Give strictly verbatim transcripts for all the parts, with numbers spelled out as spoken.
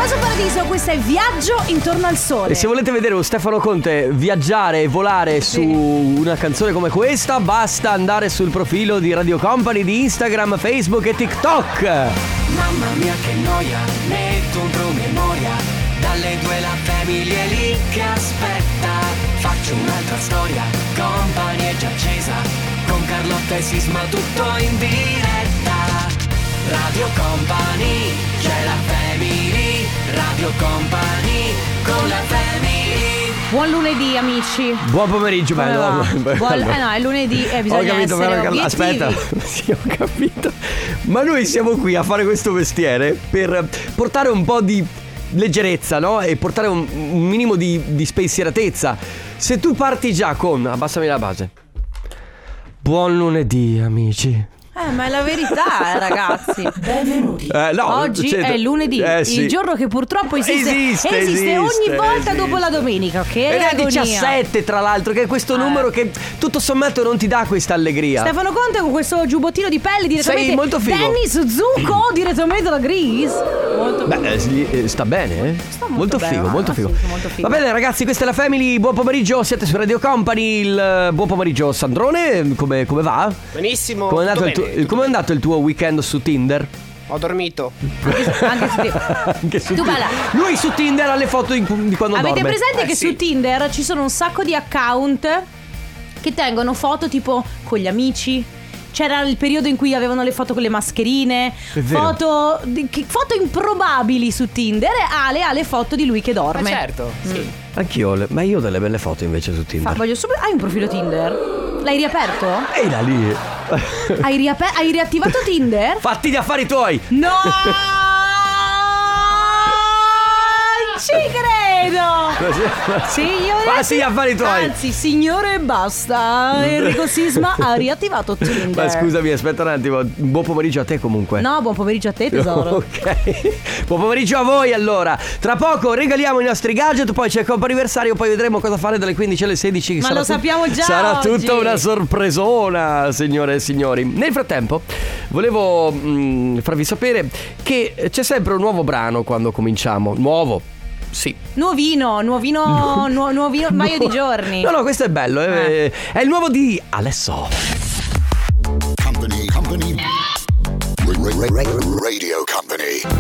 Tommaso Paradiso, questo è Viaggio intorno al sole. E se volete vedere un Stefano Conte viaggiare e volare su sì. una canzone come questa, basta andare sul profilo di Radio Company di Instagram, Facebook e TikTok. Mamma mia che noia, metto un promemoria, dalle due la famiglia è lì che aspetta. Faccio un'altra storia, Company è già accesa, con Carlotta e Sisma tutto in diretta. Radio Company, c'è la family, Radio Company, con la family. Buon lunedì amici. Buon pomeriggio. Come va? Buon, eh no, è lunedì e bisogna ho capito, essere però, obiettivi. Aspetta, sì, ho capito. Ma noi siamo qui a fare questo mestiere per portare un po' di leggerezza, no? E portare un, un minimo di, di spensieratezza. Se tu parti già con, abbassami la base, buon lunedì amici. Eh, ma è la verità, ragazzi. Benvenuti. Eh, no, Oggi certo. è lunedì, eh, sì. il giorno che purtroppo esiste, esiste, esiste, esiste ogni volta esiste. dopo la domenica. Che Ed è agonia. diciassette, tra l'altro, che è questo eh. numero che tutto sommato non ti dà questa allegria. Stefano Conte con questo giubbottino di pelle direttamente. Sei molto figo. Dennis Zucco direttamente da Greece. Molto Beh, eh, sta bene, eh? Sta molto, molto bene, figo, ah, molto sì, figo. sì, molto figo. Va bene ragazzi, questa è la Family, buon pomeriggio, siete su Radio Company, il buon pomeriggio Sandrone, come, come va? Benissimo. Come è andato, il tuo, bene, come è andato il tuo weekend su Tinder? Ho dormito. Anche su, anche su Tinder. Anche su Tu Tinder. balla. Lui su Tinder ha le foto di, di quando Avete dorme. presente Eh, che sì. su Tinder ci sono un sacco di account che tengono foto tipo con gli amici? C'era il periodo in cui avevano le foto con le mascherine, È vero. foto, di- che- foto improbabili su Tinder. E Ale ha le foto di lui che Ma dorme. certo, sì. Anch'io, ho le- ma io ho delle belle foto invece su Tinder. Fa- voglio subito. Hai un profilo Tinder? L'hai riaperto? Ehi là lì. Hai, riaper- hai riattivato Tinder? Fatti gli affari tuoi. No! Non ci credo! Signore, Fatti gli affari tuoi. Anzi, signore, basta. Enrico Sisma ha riattivato Tinder. Ma scusami, aspetta un attimo. Buon pomeriggio a te comunque. No, buon pomeriggio a te, tesoro. Ok. Buon pomeriggio a voi allora. Tra poco regaliamo i nostri gadget, poi c'è il comp'anniversario, poi vedremo cosa fare dalle quindici alle sedici. Che Ma sarà lo tut- sappiamo già Sarà oggi. tutta una sorpresona, signore e signori. Nel frattempo volevo mh, farvi sapere che c'è sempre un nuovo brano quando cominciamo. Nuovo. Sì. Nuovino, nuovino, nu- nuovino un paio di giorni. No, no, questo è bello. È, Eh. è il nuovo di Alesso. Company, company. Ra- ra- ra- Radio Company.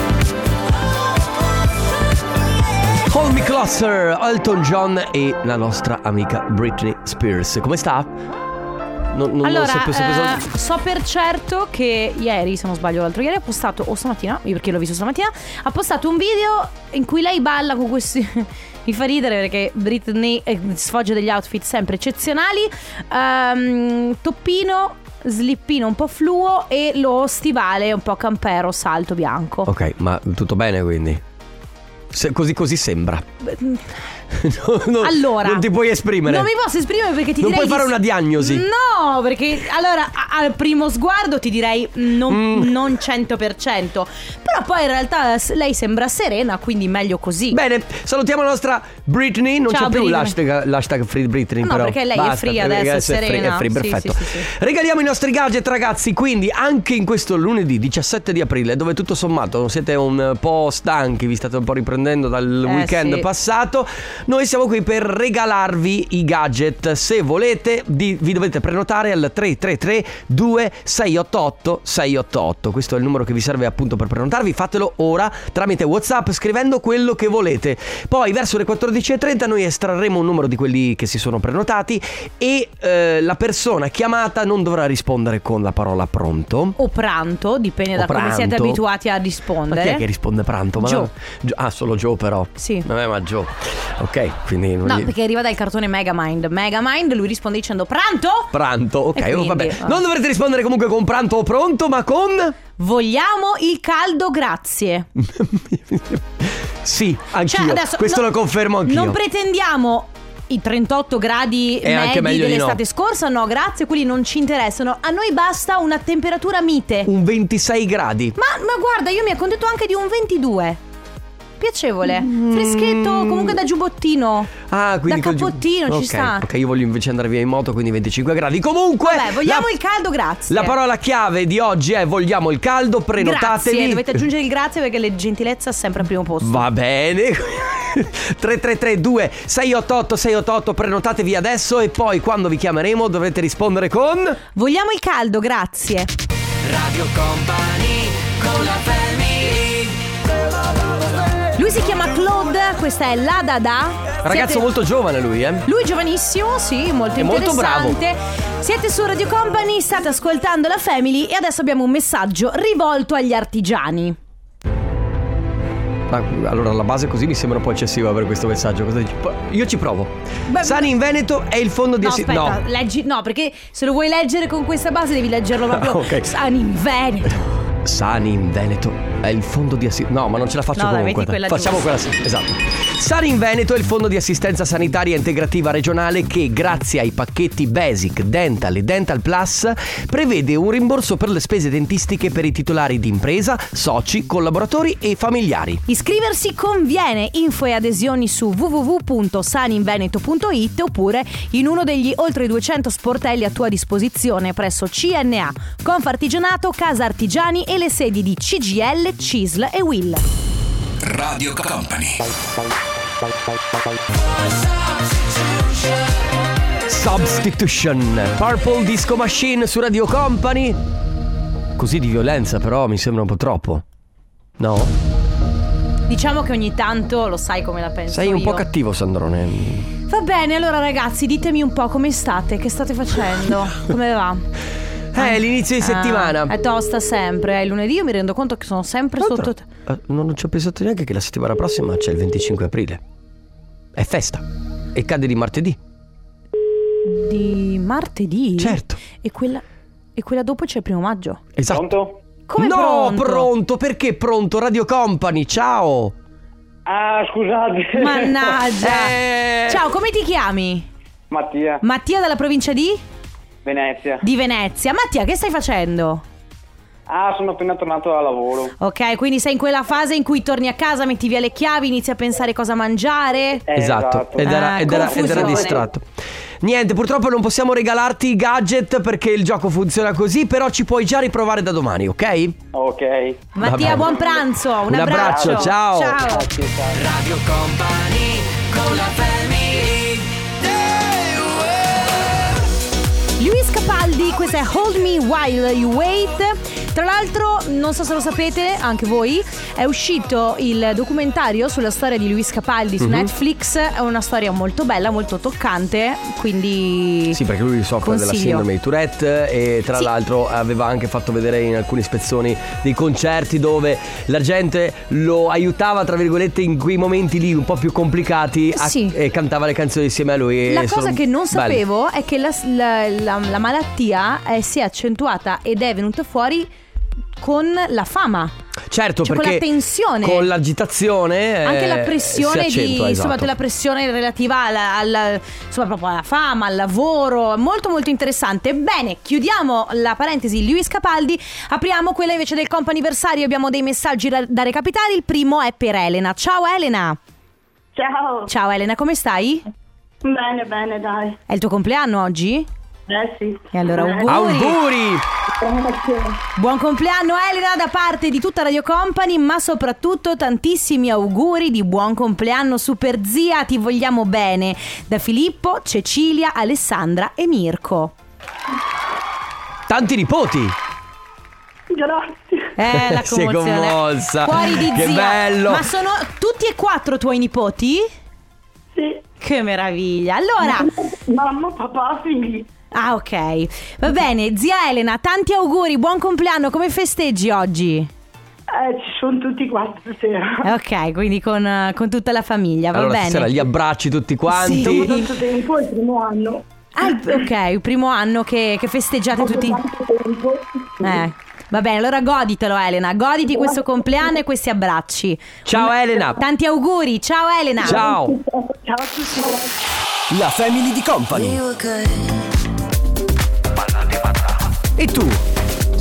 Hold Me Closer, Elton John e la nostra amica Britney Spears. Come sta? Non, non Allora, so, so, eh, so- so per certo che ieri, se non sbaglio l'altro ieri, ha postato, o stamattina, perché l'ho visto stamattina, ha postato un video in cui lei balla con questi... Mi fa ridere perché Britney eh, sfoggia degli outfit sempre eccezionali. Ehm, toppino, slippino un po' fluo e lo stivale un po' campero, salto bianco. Ok, ma tutto bene quindi? Se, così così sembra. No, no, Allora, non ti puoi esprimere. Non mi posso esprimere perché ti Non direi puoi fare di- una diagnosi. No, perché allora a- al primo sguardo ti direi non, Mm. non cento per cento. Però poi in realtà s- lei sembra serena, quindi meglio così. Bene, salutiamo la nostra Britney. Non Ciao, c'è più Britney. l'hashtag, l'hashtag Free Britney. No, però perché lei è basta, free perché adesso, è è free, serena. è free, Sì, perfetto. sì, sì, sì. Regaliamo i nostri gadget ragazzi. Quindi anche in questo lunedì diciassette di aprile, dove tutto sommato siete un po' stanchi, vi state un po' riprendendo dal Eh, weekend sì. passato, noi siamo qui per regalarvi i gadget. Se volete di, vi dovete prenotare al tre tre tre due sei otto otto sei otto otto. Questo è il numero che vi serve appunto per prenotarvi. Fatelo ora tramite WhatsApp scrivendo quello che volete. Poi verso le quattordici e trenta noi estrarremo un numero di quelli che si sono prenotati e eh, la persona chiamata non dovrà rispondere con la parola pronto. O pranto, dipende O da come pranto. siete abituati a Ma chi rispondere. è che risponde pranto? Ma Joe. no. Gio- Ah, solo Joe però. Sì. Vabbè, ma Joe. Ok, quindi non No, gli- perché arriva dal cartone Megamind. Megamind, lui risponde dicendo pranto? Pranto, ok, E quindi, vabbè. ah. Non dovrete rispondere comunque con pranto o pronto, ma con... Vogliamo il caldo, grazie. Sì, anch'io. Cioè, adesso, Questo no- lo confermo anch'io. Non pretendiamo i trentotto gradi È anche medi meglio di dell'estate no. scorsa. No, grazie, quelli non ci interessano. A noi basta una temperatura mite. Un ventisei gradi. Ma, ma guarda, io mi accontento anche di un ventidue. piacevole. Freschetto, comunque da giubbottino. Ah, quindi da col giu- cappottino ci Ok, sta. Ok, io voglio invece andare via in moto, quindi venticinque gradi. Comunque, Vabbè, vogliamo la- il caldo, grazie. La parola chiave di oggi è vogliamo il caldo, prenotatevi. Grazie, dovete aggiungere il grazie perché le gentilezza è sempre al primo posto. Va bene. tre tre tre due sei otto otto sei otto otto, prenotatevi adesso e poi quando vi chiameremo dovrete rispondere con Vogliamo il caldo, grazie. Radio Company con la family. Lui si chiama Claude, questa è La Dada. Ragazzo Siete- molto giovane lui, eh. Lui è giovanissimo, sì, molto È molto interessante. Siete su Radio Company, state ascoltando la Family e adesso abbiamo un messaggio rivolto agli artigiani. Ma allora la base così mi sembra un po' eccessiva per questo messaggio. Cosa dici? Io ci provo. Beh, Sani in Veneto è il fondo di No, assi- aspetta, no. leggi, no, perché se lo vuoi leggere con questa base devi leggerlo proprio. Ah, ok. Sani in Veneto. Sani in Veneto è il fondo di assistenza. No, ma non ce la faccio No, dai, comunque. metti quella Facciamo giusta. quella. Esatto. Sani in Veneto è il fondo di assistenza sanitaria integrativa regionale che, grazie ai pacchetti Basic, Dental e Dental Plus, prevede un rimborso per le spese dentistiche per i titolari di impresa, soci, collaboratori e familiari. Iscriversi conviene. Info e adesioni su w w w punto saninveneto punto i t oppure in uno degli oltre duecento sportelli a tua disposizione presso C N A, Confartigianato, Casa Artigiani e le sedi di C G L, C I S L e Will. Radio Company. Substitution, Purple Disco Machine su Radio Company. Così di violenza però mi sembra un po' troppo. No? Diciamo che ogni tanto lo sai come la penso Sei un io. po' cattivo, Sandrone. Va bene, allora ragazzi, ditemi un po' come state, che state facendo, come va? Eh, l'inizio di settimana. Ah, è tosta sempre, è il lunedì, io mi rendo conto che sono sempre Tra sotto... l'altro, eh, non ci ho pensato neanche che la settimana prossima c'è il venticinque aprile. È festa. E cade di martedì. Di martedì? Certo. E quella, e quella dopo c'è il primo maggio. Esatto. Pronto? Come no, pronto? pronto, perché pronto? Radio Company, ciao. Ah, scusate. Mannaggia. Eh. Ciao, come ti chiami? Mattia, Mattia dalla provincia di? Venezia. Di Venezia. Mattia, che stai facendo? Ah, sono appena tornato da lavoro. Ok, quindi sei in quella fase in cui torni a casa, metti via le chiavi, inizi a pensare cosa mangiare. Eh, Esatto. Ed era, Ah, ed era- ed era confusione. distratto. Niente, purtroppo non possiamo regalarti i gadget perché il gioco funziona così, però ci puoi già riprovare da domani, ok? Ok. Mattia, Vabbè. buon pranzo. Un, Un abbraccio, ciao. Ciao. Grazie, ciao. Radio Company con la family. Lewis Capaldi, questa è Hold Me While You Wait. Tra l'altro, non so se lo sapete, anche voi, è uscito il documentario sulla storia di Lewis Capaldi su Mhm. Netflix. È una storia molto bella, molto toccante, quindi Sì, perché lui soffre della consiglio. sindrome di Tourette e tra Sì. l'altro aveva anche fatto vedere in alcune spezzoni dei concerti dove la gente lo aiutava, tra virgolette, in quei momenti lì un po' più complicati a- Sì. e cantava le canzoni insieme a lui. e La sono cosa che non belle. sapevo è che la, la- la- la malattia eh, si è accentuata ed è venuta fuori con la fama. Certo, Cioè, con perché la tensione. con l'agitazione eh, Anche la pressione si accentua, di insomma esatto. la pressione relativa alla, alla- insomma proprio alla fama, al lavoro, molto molto interessante. Bene, chiudiamo la parentesi Lewis Capaldi, apriamo quella invece del comp'anniversario. Abbiamo dei messaggi da, da recapitare. Il primo è per Elena. Ciao Elena. Ciao. Ciao Elena, come stai? Bene, bene, dai. È il tuo compleanno oggi? Eh sì. E allora Eh, auguri. Auguri! grazie. Buon compleanno Elena da parte di tutta Radio Company, ma soprattutto tantissimi auguri di buon compleanno super zia, ti vogliamo bene, da Filippo, Cecilia, Alessandra e Mirko. Tanti nipoti. Grazie. Eh, la Si è commozione. commossa. Fuori di Che zia. bello. Ma sono tutti e quattro tuoi nipoti? Sì. Che meraviglia. Allora, Mamma, papà, figli. ah ok, va bene, zia Elena, tanti auguri, buon compleanno, come festeggi oggi? Eh, ci sono tutti quattro stasera. Ok, quindi con, eh, con tutta la famiglia, va Allora bene. stasera gli abbracci tutti quanti. Sì. Tanto tempo, è il primo anno. Ah, il- ok, il primo anno che, che festeggiate tutti. Tanto tempo. Eh, va bene, allora goditelo Elena, goditi questo compleanno e questi abbracci. Ciao Un- Elena. Tanti auguri, ciao Elena. Ciao. Ciao a tutti. La family di Company. E tu?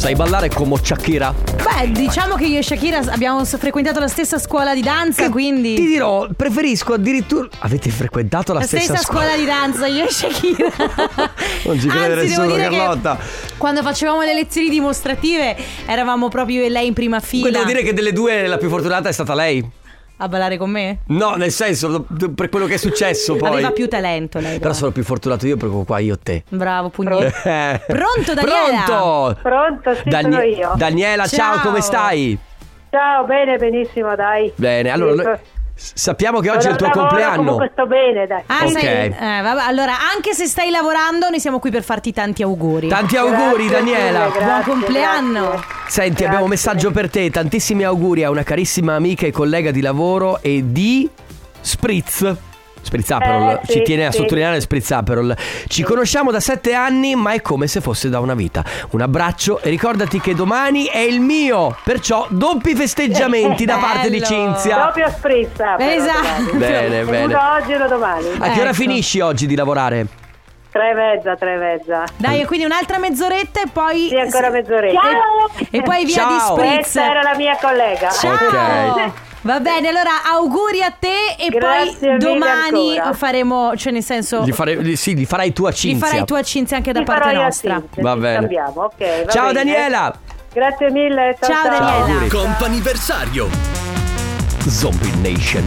Sai ballare come Shakira? Beh, diciamo che io e Shakira abbiamo frequentato la stessa scuola di danza, Che quindi Ti dirò, preferisco addirittura. Avete frequentato la, la stessa, stessa scuola di danza, io e Shakira. Non ci crede Anzi, devo nessuno, dire che Carlotta. quando facevamo le lezioni dimostrative eravamo proprio io e lei in prima fila. Devo dire che delle due la più fortunata è stata lei. A ballare con me? No, nel senso, per quello che è successo poi. Aveva più talento lei. Però sono più fortunato io perché qua io te. Bravo, pugnetto. Pronto, Daniela? Pronto? Pronto, sì, Danie- sono io. Daniela, ciao. Ciao. come stai? Ciao, bene, benissimo, dai. Bene, allora Sì, noi- sappiamo che oggi è il tuo lavoro, compleanno. Comunque sto bene, dai. Ah, Ok. sei- eh, vabbè, allora, anche se stai lavorando, noi siamo qui per farti tanti auguri. Tanti auguri, Grazie Daniela. mille, grazie, Buon compleanno. grazie. Senti, Grazie. abbiamo un messaggio per te. Tantissimi auguri a una carissima amica e collega di lavoro e di Spritz. Spritzaperol, Eh, sì, ci tiene a sì. sottolineare Spritzaperol. Ci conosciamo da sette anni, ma è come se fosse da una vita. Un abbraccio e ricordati che domani è il mio, perciò doppi festeggiamenti da parte di Bello. Cinzia. Doppio sprizza. però, Esatto. domani. Bene, bene. Uno oggi e uno domani. A che ora Ecco. finisci oggi di lavorare? Tre e mezza, tre e mezza. Dai, e quindi un'altra mezz'oretta e poi Sì, ancora mezz'oretta. E poi via Ciao. di Spritz. Questa era la mia collega. Ciao. Ok. Va bene, allora auguri a te e Grazie poi mille domani ancora. faremo, cioè nel senso Gli, fare- gli- sì, gli farai tu a li Cinzia. farai tu a Cinzia anche da Ci parte farò io a nostra. Cinzia, Va ci bene. scambiamo, ok, va Ciao bene. Daniela. Grazie mille. Ciao, Ciao, ciao. Daniela. Auguri. Comp'anniversario. Zombie Nation.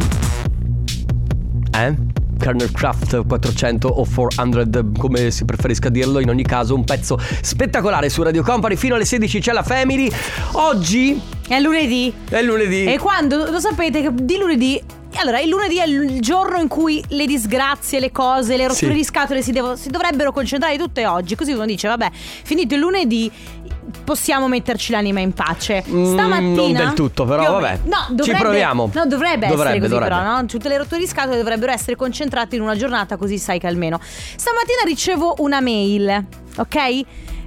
Eh? Kernel Craft quattrocento o quattrocento, come si preferisca dirlo. In ogni caso un pezzo spettacolare su Radio Company. Fino alle sedici c'è la Family. Oggi È lunedì. è lunedì. E quando lo sapete che di lunedì, allora il lunedì è il giorno in cui le disgrazie, le cose, le rotture Sì. di scatole si, devo- si dovrebbero concentrare tutte oggi. Così uno dice vabbè, finito il lunedì possiamo metterci l'anima in pace. Mm, Stamattina non del tutto, però, più o vabbè. meno- No, dovrebbe, Ci proviamo. No, dovrebbe, essere Dovrebbe, così dovrebbe. però, no? Tutte le rotture di scatole dovrebbero essere concentrate in una giornata, così sai che almeno. Stamattina ricevo una mail, ok?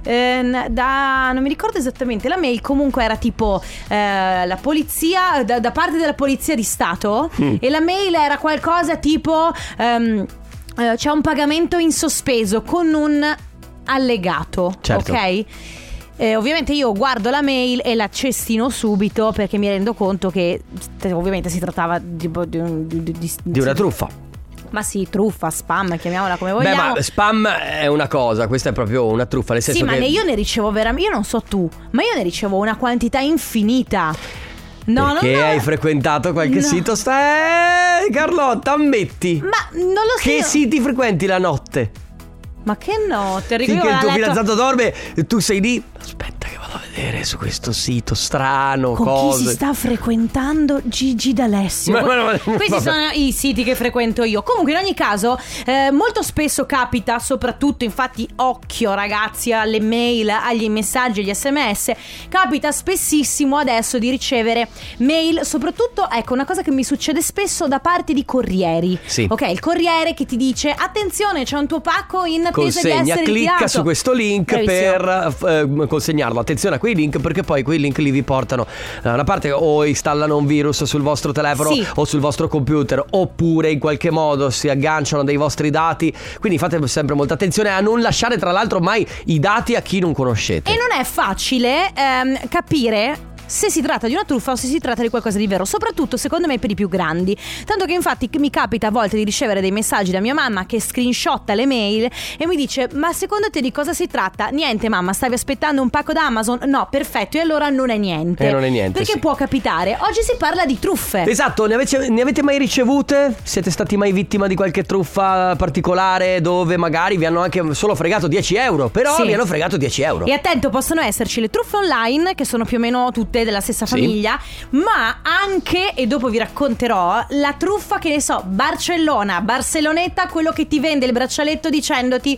Eh, da non mi ricordo esattamente la mail, comunque era tipo eh, la polizia da, da parte della polizia di Stato Mm. e la mail era qualcosa tipo ehm, eh, c'è un pagamento in sospeso con un allegato, Certo. ok? Eh, ovviamente io guardo la mail e la cestino subito perché mi rendo conto che eh, ovviamente si trattava di, di, un- di, di- Di una truffa. ma sì, truffa, spam, chiamiamola come Beh, vogliamo. ma spam è una cosa, questa è proprio una truffa, nel senso Sì, ma che ne- io ne ricevo veramente, io non so tu, ma io ne ricevo una quantità infinita. No, perché no, no. hai frequentato qualche No. sito sta... Eh, Carlotta, ammetti. Ma non lo so. Che io- siti frequenti la notte? Ma che no, ti arrivo Sì, che io il a tuo letto- fidanzato dorme e tu sei lì. Aspetta che vado a vedere su questo sito strano con cose. chi si sta frequentando Gigi D'Alessio. Ma- ma- ma- Questi vabbè. sono i siti che frequento io. Comunque in ogni caso eh, molto spesso capita, soprattutto infatti occhio ragazzi alle mail, agli messaggi, agli sms, capita spessissimo adesso di ricevere mail, soprattutto ecco una cosa che mi succede spesso da parte di corrieri. Sì. Ok, il corriere che ti dice attenzione c'è un tuo pacco in attesa di Consegna, essere clicca ritirato. su questo link Bravissimo. per eh, consegnarlo. Attenzione a quei link perché poi quei link lì vi portano da una parte o installano un virus sul vostro telefono Sì. o sul vostro computer oppure in qualche modo si agganciano dei vostri dati. Quindi fate sempre molta attenzione a non lasciare tra l'altro mai i dati a chi non conoscete. E non è facile ehm, capire se si tratta di una truffa o se si tratta di qualcosa di vero, soprattutto secondo me per i più grandi. Tanto che infatti mi capita a volte di ricevere dei messaggi da mia mamma che screenshotta le mail e mi dice ma secondo te di cosa si tratta? Niente mamma, stavi aspettando un pacco da Amazon? No, perfetto, e allora non è niente. E non è niente, Perché sì. può capitare. Oggi si parla di truffe. Esatto, ne avete, ne avete mai ricevute? Siete stati mai vittima di qualche truffa particolare dove magari vi hanno anche solo fregato dieci euro? Però Sì. vi hanno fregato dieci euro. E attento, possono esserci le truffe online, che sono più o meno tutte della stessa Sì. famiglia, ma anche, e dopo vi racconterò, la truffa, che ne so, Barcellona, Barceloneta, quello che ti vende il braccialetto dicendoti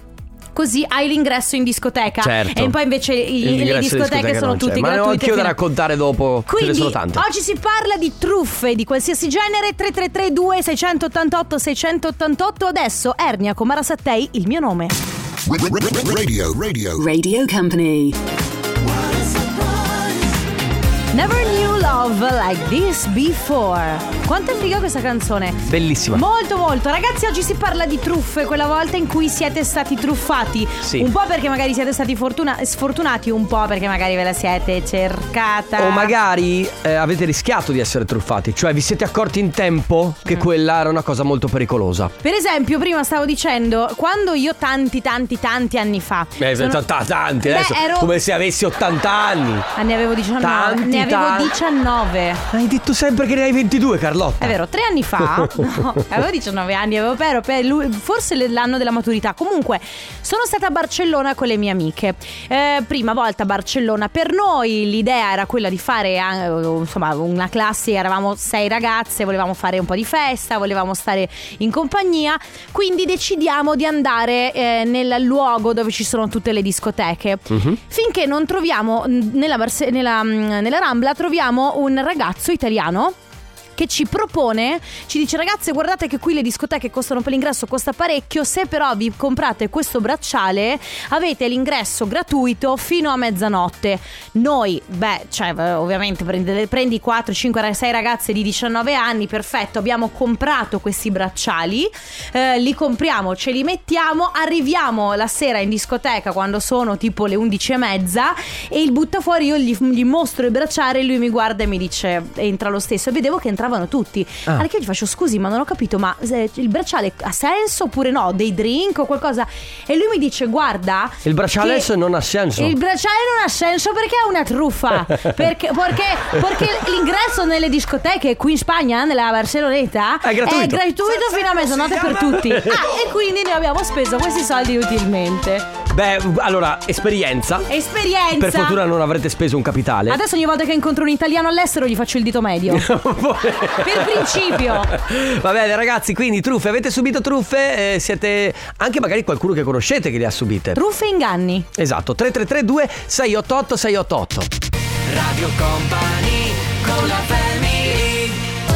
così hai l'ingresso in discoteca. Certo. E poi invece i- le L'ingresso in discoteche discoteca sono non c'è. tutte Ma ne ho gratuite. anch'io da fino a- raccontare dopo. Ce ne Quindi sono tante. oggi si parla di truffe di qualsiasi genere. Tre tre tre due sei otto otto sei otto otto. Adesso Ernia con Mara Sattei, il mio nome. Radio, radio. Radio Company. Never knew love like this before. Quanto è figa questa canzone. Bellissima. Molto molto. Ragazzi, oggi si parla di truffe, quella volta in cui siete stati truffati. Sì. Un po' perché magari siete stati fortuna- sfortunati, un po' perché magari ve la siete cercata. O magari eh, avete rischiato di essere truffati. Cioè vi siete accorti in tempo che Mm. quella era una cosa molto pericolosa. Per esempio, prima stavo dicendo, quando io tanti tanti tanti anni fa Eh, sono- t- tanti Beh, adesso, ero- come se avessi ottanta anni. Ah, ne avevo diciannove. Tanti, ne avevo tanti. diciannove. Hai detto sempre che ne hai ventidue, Carlotta. È vero, tre anni fa, no, avevo diciannove anni, avevo per, per lui, forse l'anno della maturità. Comunque, sono stata a Barcellona con le mie amiche. Eh, prima volta a Barcellona. Per noi l'idea era quella di fare, eh, insomma, una classe, eravamo sei ragazze, volevamo fare un po' di festa, volevamo stare in compagnia. Quindi decidiamo di andare eh, nel luogo dove ci sono tutte le discoteche. Mhm. Finché non troviamo nella, Barse- nella, nella Rambla troviamo un ragazzo italiano che ci propone, ci dice: ragazze, guardate che qui le discoteche costano per l'ingresso, costa parecchio, se però vi comprate questo bracciale avete l'ingresso gratuito fino a mezzanotte. Noi, beh, cioè ovviamente prendi, prendi quattro, cinque, sei ragazze di diciannove anni, perfetto, abbiamo comprato questi bracciali, eh, li compriamo, ce li mettiamo, arriviamo la sera in discoteca quando sono tipo le undici e mezza e il buttafuori, io gli, gli mostro il bracciale e lui mi guarda e mi dice, entra lo stesso, e vedevo che entravano tutti. Ah. Allora che io gli faccio: scusi, ma non ho capito, ma se il bracciale ha senso oppure no? Dei drink o qualcosa? E lui mi dice: guarda, Il bracciale che adesso non ha senso. il bracciale non ha senso perché è una truffa. perché, perché, perché l'ingresso nelle discoteche qui in Spagna, nella Barceloneta, È gratuito. gratuito fino a mezzanotte per tutti. Ah, e quindi noi abbiamo speso questi soldi inutilmente. Beh, allora, esperienza. Esperienza. Per fortuna non avrete speso un capitale. Adesso ogni volta che incontro un italiano all'estero gli faccio il dito medio. Per principio. Va bene ragazzi, quindi truffe, avete subito truffe? Eh, siete anche magari qualcuno che conoscete che le ha subite. Truffe e inganni. Esatto, tre tre tre due sei otto otto sei otto otto. Radio Company con la family.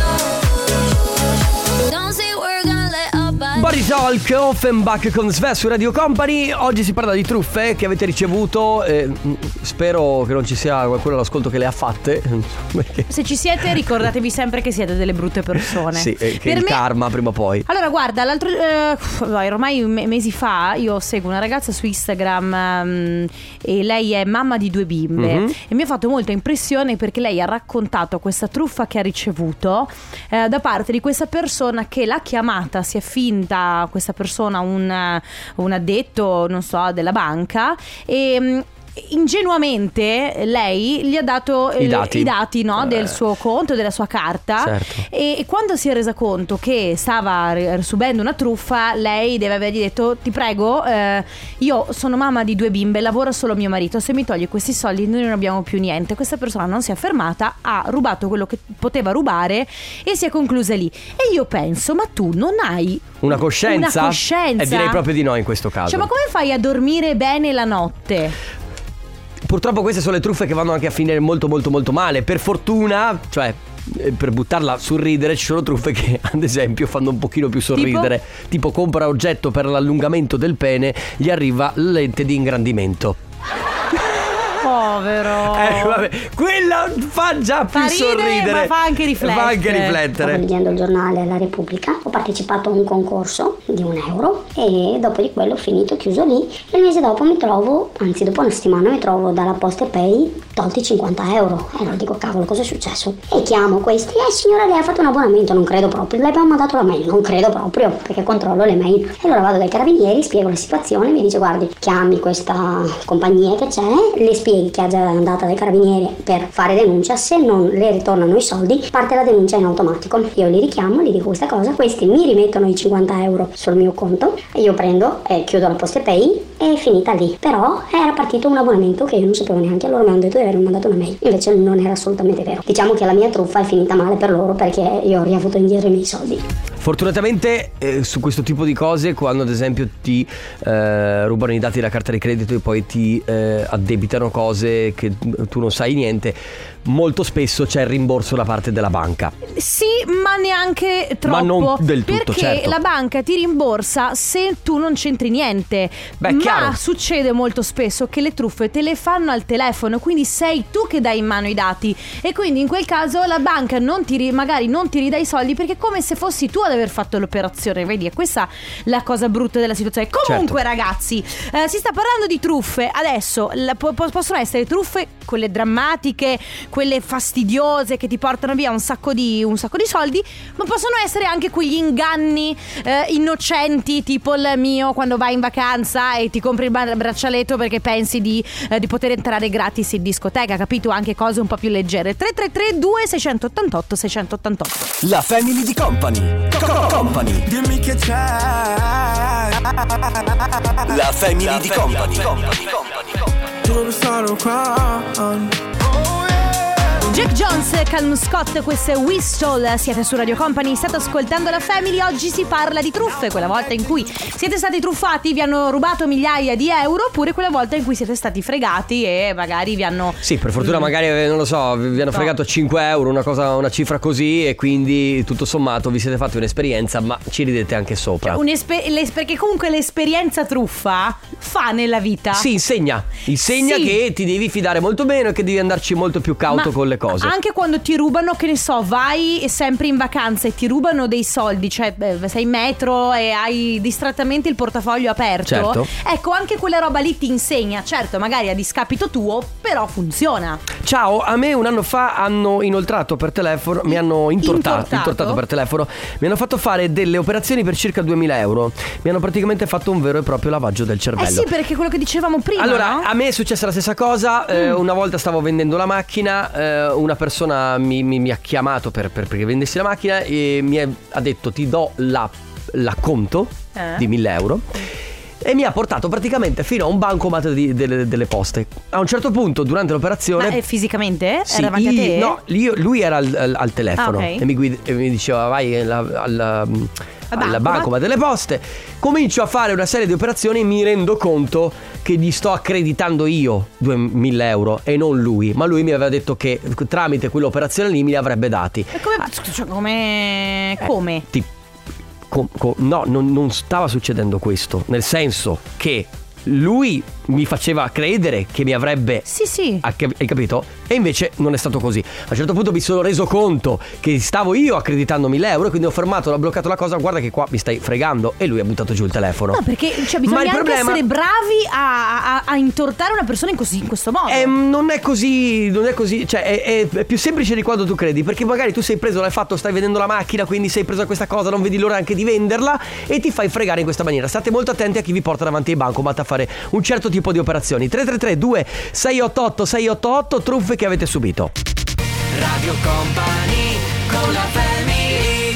Body Talk, Offenbach con Sve su Radio Company. Oggi si parla di truffe che avete ricevuto. eh, Spero che non ci sia qualcuno all'ascolto che le ha fatte. Perché... Se ci siete, ricordatevi sempre che siete delle brutte persone. Sì, eh, che Per il me- karma prima o poi. Allora guarda, l'altro eh, ormai me- mesi fa io seguo una ragazza su Instagram, ehm, e lei è mamma di due bimbe. Mhm. E mi ha fatto molta impressione perché lei ha raccontato questa truffa che ha ricevuto eh, da parte di questa persona che l'ha chiamata, si è finta questa persona un, un addetto, non so, della banca, e mh, ingenuamente lei gli ha dato I dati. i dati no, Eh. del suo conto, della sua carta. Certo. E, e quando si è resa conto che stava ri- subendo una truffa, lei deve avergli detto: ti prego, eh, io sono mamma di due bimbe, lavora solo mio marito, se mi togli questi soldi noi non abbiamo più niente. Questa persona non si è fermata, ha rubato quello che poteva rubare e si è conclusa lì. E io penso: ma tu non hai Una coscienza? una coscienza? E direi proprio di no in questo caso. Cioè, ma come fai a dormire bene la notte? Purtroppo queste sono le truffe che vanno anche a finire molto molto molto male. Per fortuna, cioè eh, per buttarla sul ridere, ci sono truffe che ad esempio fanno un pochino più sorridere. Tipo, tipo compra oggetto per l'allungamento del pene, gli arriva lente di ingrandimento. Povero. Eh, vabbè, quella fa già più Fa ridere, sorridere, ma fa anche riflettere. Fa anche Stavo riflettere. leggendo il giornale La Repubblica, ho partecipato a un concorso di un euro e dopo di quello ho finito, chiuso lì, e il mese dopo mi trovo, anzi dopo una settimana mi trovo dalla Poste Pay tolti cinquanta euro. E allora dico: cavolo, cosa è successo? E chiamo questi: eh signora, lei ha fatto un abbonamento. Non credo proprio. Le abbiamo mandato la mail. Non credo proprio, perché controllo le mail. E allora vado dai carabinieri, spiego la situazione, mi dice: guardi, chiami questa compagnia che c'è, le spieghi che è già andata dai carabinieri per fare denuncia, se non le ritornano i soldi parte la denuncia in automatico. Io li richiamo, gli dico questa cosa, questi mi rimettono i cinquanta euro sul mio conto e io prendo e chiudo la Poste Pay e è finita lì. Però era partito un abbonamento che io non sapevo neanche, loro mi hanno detto di aver mandato una mail, invece non era assolutamente vero. Diciamo che la mia truffa è finita male per loro, perché io ho riavuto indietro i miei soldi. Fortunatamente eh, su questo tipo di cose, quando ad esempio ti eh, rubano i dati della carta di credito e poi ti eh, addebitano cose che tu non sai niente, molto spesso c'è il rimborso da parte della banca. Sì, ma neanche troppo. Ma non del tutto, perché certo. la banca ti rimborsa se tu non c'entri niente. Beh, ma chiaro. succede molto spesso che le truffe te le fanno al telefono, quindi sei tu che dai in mano i dati, e quindi in quel caso la banca non ti ri- magari non ti ridà i soldi, perché è come se fossi tu ad aver fatto l'operazione. Vedi, è questa la cosa brutta della situazione. Comunque, certo. ragazzi, eh, si sta parlando di truffe. Adesso la, po- possono essere truffe, quelle drammatiche, quelle fastidiose che ti portano via un sacco di, un sacco di soldi, ma possono essere anche quegli inganni eh, innocenti, tipo il mio, quando vai in vacanza e ti compri il bra- braccialetto perché pensi di, eh, di poter entrare gratis in discoteca, capito? Anche cose un po' più leggere. Tre tre tre due sei otto otto sei otto otto. La family di Company. Co- Company. Dimmi che c'è. La family di Company. Dove sono qua? Jack Jones, Calum Scott, questo è Whistle. Siete su Radio Company, state ascoltando la Family. Oggi si parla di truffe, quella volta in cui siete stati truffati, vi hanno rubato migliaia di euro, oppure quella volta in cui siete stati fregati e magari vi hanno... Sì, per fortuna magari, non lo so, vi hanno No. fregato cinque euro, una cosa, una cifra così, e quindi tutto sommato vi siete fatti un'esperienza, ma ci ridete anche sopra. Un'esper- l'es- perché comunque l'esperienza truffa fa nella vita. Sì, insegna, insegna Sì. che ti devi fidare molto bene e che devi andarci molto più cauto Ma con le cose. anche quando ti rubano, che ne so, vai sempre in vacanza e ti rubano dei soldi, cioè beh, sei in metro e hai distrattamente il portafoglio aperto. Certo. Ecco, anche quella roba lì ti insegna, certo, magari a discapito tuo, però funziona. Ciao, a me un anno fa hanno inoltrato per telefono, mi hanno intortato, Intortato? intortato per telefono, mi hanno fatto fare delle operazioni per circa duemila euro. Mi hanno praticamente fatto un vero e proprio lavaggio del cervello. Eh sì, perché è quello che dicevamo prima, Allora, no? a me è successa la stessa cosa. eh, Mm. Una volta stavo vendendo la macchina, eh, una persona mi, mi- mi ha chiamato per, per, perché vendessi la macchina e mi è- ha detto ti do la, l'acconto Eh? di mille euro. E mi ha portato praticamente fino a un bancomat di- delle, delle poste. A un certo punto, durante l'operazione, Ma eh, fisicamente? sì, Era davanti a io- te? no, io- lui era al, al- al telefono. Ah, ok. E mi, guida- e mi diceva vai alla, alla, alla bancomat. bancomat delle poste. Comincio a fare una serie di operazioni e mi rendo conto che gli sto accreditando io duemila euro e non lui. Ma lui mi aveva detto che tramite quell'operazione lì mi li avrebbe dati. E come, cioè, come? come? Ti- co- co- no, non, non stava succedendo questo. Nel senso che lui mi faceva credere che mi avrebbe... Sì, sì. Ha cap- Hai capito? E invece non è stato così. A un certo punto mi sono reso conto che stavo io accreditando mille euro, quindi ho fermato, ho bloccato la cosa. Guarda che qua mi stai fregando. E lui ha buttato giù il telefono. No, perché cioè, Ma bisogna il anche problema- essere bravi a, a, a intortare una persona in, così, in questo modo. Eh, non è così, non è così, cioè è, è- è più semplice di quanto tu credi. Perché magari tu sei preso, l'hai fatto, stai vendendo la macchina, quindi sei preso a questa cosa, non vedi l'ora anche di venderla e ti fai fregare in questa maniera. State molto attenti a chi vi porta davanti ai bancomat a fare un certo tipo di operazioni. Tre tre tre due sei otto otto sei otto otto, truffe che avete subito. Radio Company con la family.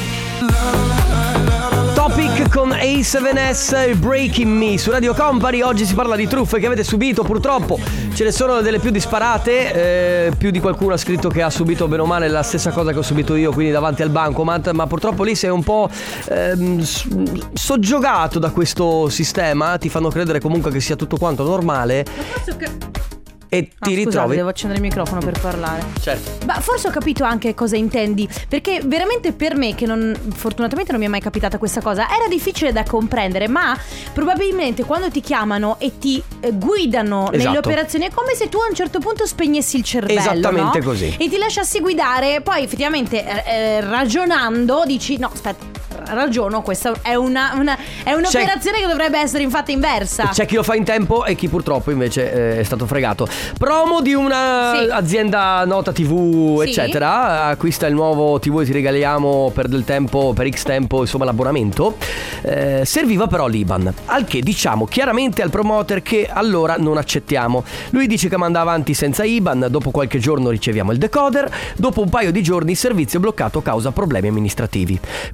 Topic con A sette S, Breaking Me su Radio Company. Oggi si parla di truffe che avete subito. Purtroppo ce ne sono delle più disparate, eh, più di qualcuno ha scritto che ha subito bene o male la stessa cosa che ho subito io, quindi davanti al bancomat. Ma purtroppo lì sei un po' ehm, s- soggiogato da questo sistema. Ti fanno credere comunque che sia tutto quanto normale e Ah, ti scusate, ritrovi. devo accendere il microfono per parlare. Certo. Ma forse ho capito anche cosa intendi, perché veramente per me, che non, fortunatamente non mi è mai capitata questa cosa, era difficile da comprendere, ma probabilmente quando ti chiamano e ti eh, guidano Esatto. nelle operazioni è come se tu a un certo punto spegnessi il cervello, Esattamente no? così. E ti lasciassi guidare, poi effettivamente eh, eh, ragionando dici no aspetta, ragiono, questa è una, una è un'operazione che dovrebbe essere infatti inversa. C'è chi lo fa in tempo e chi purtroppo invece eh, è stato fregato. Promo di una Sì. azienda nota tivù, Sì. eccetera. Acquista il nuovo tivù e ti regaliamo per del tempo, per X tempo, insomma l'abbonamento. Eh, serviva però l'I B A N. Al che diciamo chiaramente al promoter che allora non accettiamo. Lui dice che manda avanti senza I B A N. Dopo qualche giorno riceviamo il decoder. Dopo un paio di giorni il servizio è bloccato causa problemi amministrativi. Contatto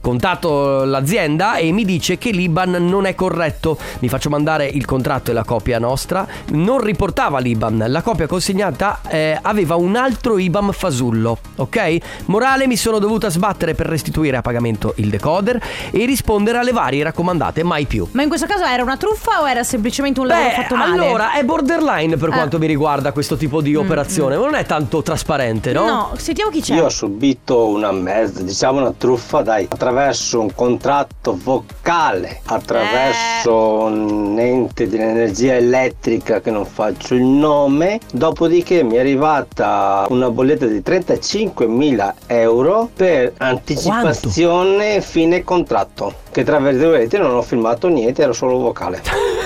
chiamato l'azienda e mi dice che l'I B A N non è corretto. Mi faccio mandare il contratto e la copia nostra. Non riportava l'I B A N. La copia consegnata eh, aveva un altro I B A N fasullo. Ok? Morale, mi sono dovuta sbattere per restituire a pagamento il decoder e rispondere alle varie raccomandate. Mai più. Ma in questo caso era una truffa o era semplicemente un lavoro Beh, fatto male? allora è borderline per Ah. quanto mi riguarda questo tipo di operazione. Non è tanto trasparente, no? No, sentiamo chi c'è. Io ho subito una mezza, diciamo una truffa, dai, attraverso un contratto vocale, attraverso Eh. un ente dell'energia elettrica che non faccio il nome, dopodiché mi è arrivata una bolletta di trentacinquemila euro per anticipazione fine contratto, che tra virgolette non ho firmato niente, ero solo vocale.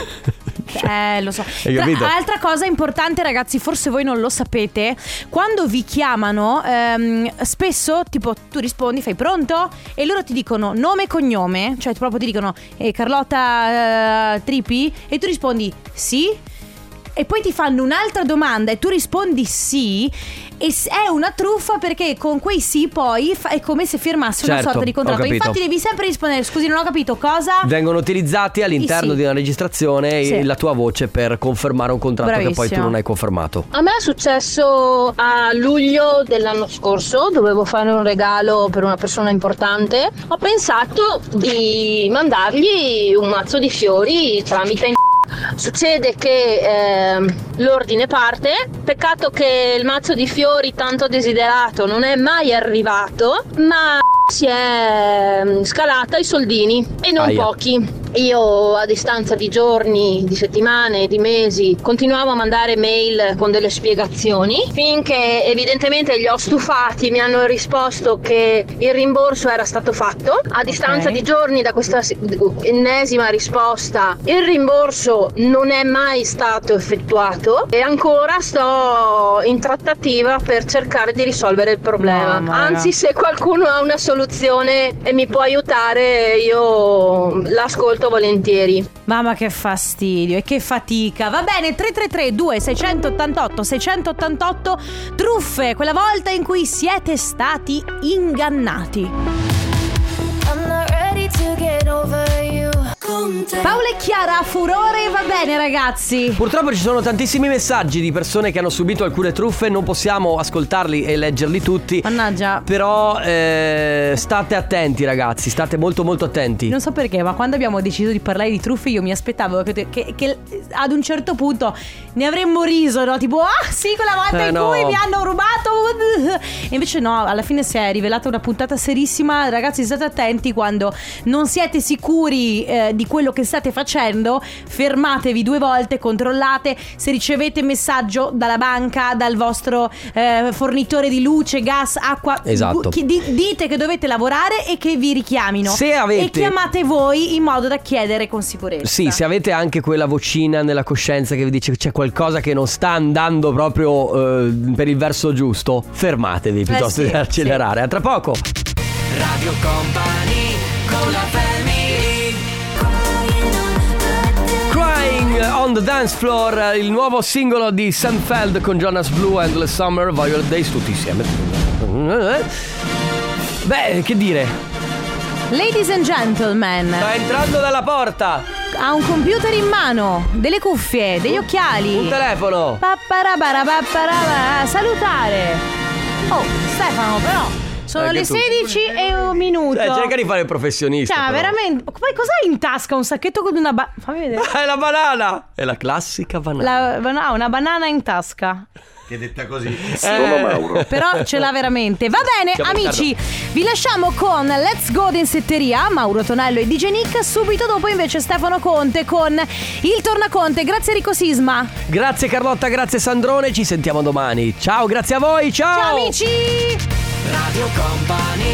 Eh, lo so. Hai capito? Tra- altra cosa importante, ragazzi, forse voi non lo sapete. Quando vi chiamano, ehm, spesso, tipo, tu rispondi, fai pronto? E loro ti dicono nome e cognome. Cioè, proprio ti dicono eh, Carlotta eh, Tripi. E tu rispondi sì. E poi ti fanno un'altra domanda e tu rispondi sì. E s- è una truffa perché con quei sì poi fa- è come se firmassi una Certo, sorta di ho contratto. capito. Infatti devi sempre rispondere scusi, non ho capito cosa. Vengono utilizzati all'interno Sì. di una registrazione Sì. la tua voce per confermare un contratto che poi tu Bravissimo. non hai confermato. A me è successo a luglio dell'anno scorso, dovevo fare un regalo per una persona importante. Ho pensato di mandargli un mazzo di fiori tramite in... Succede che ehm, l'ordine parte, peccato che il mazzo di fiori tanto desiderato non è mai arrivato, ma si è mm, scalata i soldini e non Aia. pochi. Io a distanza di giorni, di settimane, di mesi continuavo a mandare mail con delle spiegazioni finché evidentemente li ho stufati, mi hanno risposto che il rimborso era stato fatto. A distanza di giorni da questa si- ennesima risposta il rimborso non è mai stato effettuato e ancora sto in trattativa per cercare di risolvere il problema. Mamma, Anzi, se qualcuno ha una soluzione e mi può aiutare, io l'ascolto volentieri. Mamma che fastidio e che fatica. Va bene, tre tre tre due sei otto otto sei otto otto. Truffe, quella volta in cui siete stati ingannati. Paola e Chiara, furore, va bene ragazzi. Purtroppo ci sono tantissimi messaggi di persone che hanno subito alcune truffe. Non possiamo ascoltarli e leggerli tutti. Mannaggia. Però eh, state attenti ragazzi, state molto molto attenti. Non so perché, ma quando abbiamo deciso di parlare di truffe io mi aspettavo che, che, che ad un certo punto ne avremmo riso, no? Tipo, ah sì, quella volta Eh, in no. cui mi hanno rubato. E invece no, alla fine si è rivelata una puntata serissima. Ragazzi, state attenti quando non siete sicuri eh, di quello che state facendo. Fermatevi due volte, controllate se ricevete messaggio dalla banca, dal vostro eh, fornitore di luce, gas, acqua. Esatto. Chi- di- dite che dovete lavorare e che vi richiamino. Se avete- E chiamate voi in modo da chiedere con sicurezza. Sì, se avete anche quella vocina nella coscienza che vi dice che c'è qualcosa che non sta andando proprio eh, per il verso giusto, fermatevi piuttosto sì, di accelerare. A tra poco. Radio Company con la family. Crying on the Dance Floor, il nuovo singolo di Seinfeld con Jonas Blue, Endless Summer, Violet Days, tutti insieme. Beh, che dire? Ladies and gentlemen, Sta entrando dalla porta. ha un computer in mano, delle cuffie, degli occhiali. Un telefono. Papparabara, salutare. Oh, Stefano, però sono Anche le tu. sedici e un minuto. Eh, cerca di fare il professionista. Cioè, però. veramente. Poi cos'hai in tasca? Un sacchetto con una ba- fammi vedere. È la banana. È la classica banana. La, no, una banana in tasca. Che detta così. Eh, Però ce l'ha veramente. Va bene, Siamo amici, vi lasciamo con Let's Go Densetteria, Mauro Tonello e D J Nick. Subito dopo invece Stefano Conte con il Tornaconte. Grazie Enrico Sisma. Grazie Carlotta, grazie Sandrone. Ci sentiamo domani. Ciao, grazie a voi. Ciao. Ciao amici. Radio Company